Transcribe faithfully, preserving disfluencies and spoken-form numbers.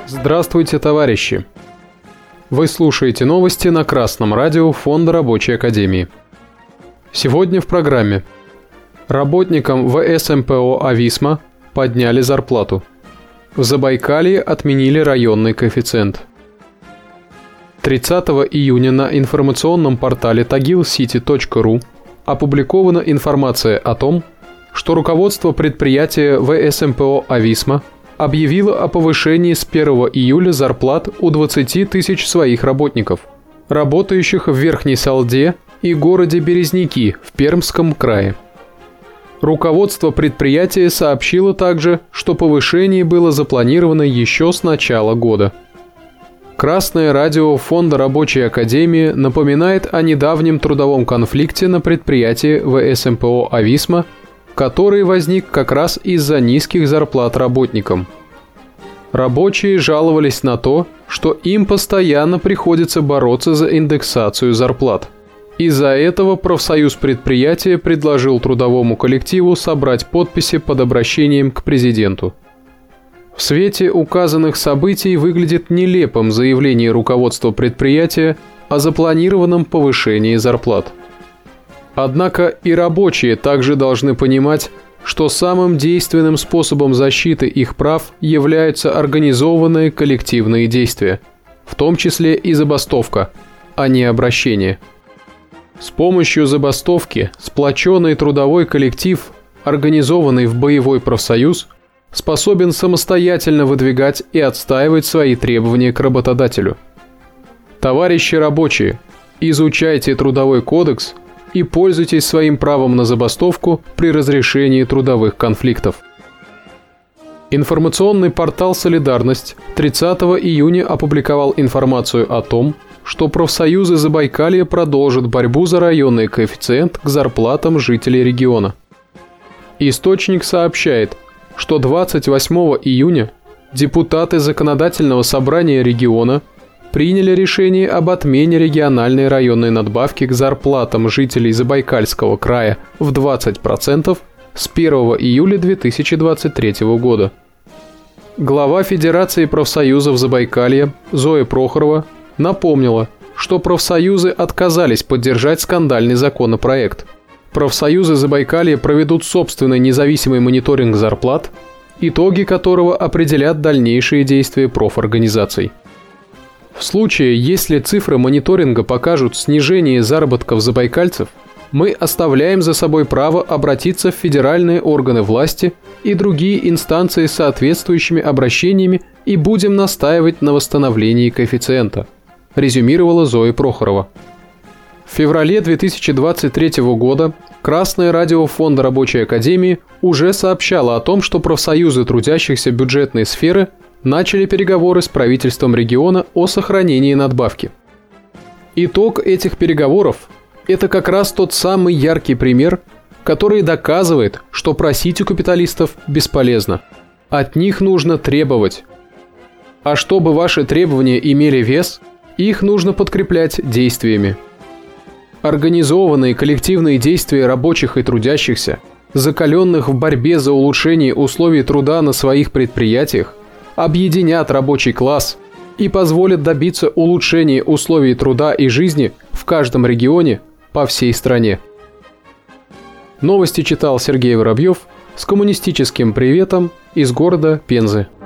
Здравствуйте, товарищи! Вы слушаете новости на Красном радио Фонда Рабочей Академии. Сегодня в программе. Работникам вэ эс эм пэ о «Ависма» подняли зарплату. В Забайкалье отменили районный коэффициент. тридцатого июня на информационном портале тагил сити точка ру опубликована информация о том, что руководство предприятия вэ эс эм пэ о «Ависма» объявило о повышении с первого июля зарплат у двадцати тысяч своих работников, работающих в Верхней Салде и городе Березники в Пермском крае. Руководство предприятия сообщило также, что повышение было запланировано еще с начала года. Красное радио Фонда Рабочей Академии напоминает о недавнем трудовом конфликте на предприятии вэ эс эм пэ о «Ависма», который возник как раз из-за низких зарплат работникам. Рабочие жаловались на то, что им постоянно приходится бороться за индексацию зарплат. Из-за этого профсоюз предприятия предложил трудовому коллективу собрать подписи под обращением к президенту. В свете указанных событий выглядит нелепым заявление руководства предприятия о запланированном повышении зарплат. Однако и рабочие также должны понимать, что самым действенным способом защиты их прав являются организованные коллективные действия, в том числе и забастовка, а не обращение. С помощью забастовки сплоченный трудовой коллектив, организованный в боевой профсоюз, способен самостоятельно выдвигать и отстаивать свои требования к работодателю. Товарищи рабочие, изучайте Трудовой кодекс и пользуйтесь своим правом на забастовку при разрешении трудовых конфликтов. Информационный портал «Солидарность» тридцатого июня опубликовал информацию о том, что профсоюзы Забайкалья продолжат борьбу за районный коэффициент к зарплатам жителей региона. Источник сообщает, что двадцать восьмого июня депутаты Законодательного собрания региона приняли решение об отмене региональной районной надбавки к зарплатам жителей Забайкальского края в двадцать процентов с первого июля две тысячи двадцать третьего года. Глава Федерации профсоюзов Забайкалья Зоя Прохорова напомнила, что профсоюзы отказались поддержать скандальный законопроект. Профсоюзы Забайкалья проведут собственный независимый мониторинг зарплат, итоги которого определят дальнейшие действия профорганизаций. В случае, если цифры мониторинга покажут снижение заработков забайкальцев, мы оставляем за собой право обратиться в федеральные органы власти и другие инстанции с соответствующими обращениями и будем настаивать на восстановлении коэффициента, резюмировала Зоя Прохорова. В феврале две тысячи двадцать третьего года Красное радио Фонда Рабочей Академии уже сообщало о том, что профсоюзы трудящихся бюджетной сферы начали переговоры с правительством региона о сохранении надбавки. Итог этих переговоров – это как раз тот самый яркий пример, который доказывает, что просить у капиталистов бесполезно. От них нужно требовать. А чтобы ваши требования имели вес, их нужно подкреплять действиями. Организованные коллективные действия рабочих и трудящихся, закаленных в борьбе за улучшение условий труда на своих предприятиях, объединят рабочий класс и позволят добиться улучшения условий труда и жизни в каждом регионе по всей стране. Новости читал Сергей Воробьев с коммунистическим приветом из города Пензы.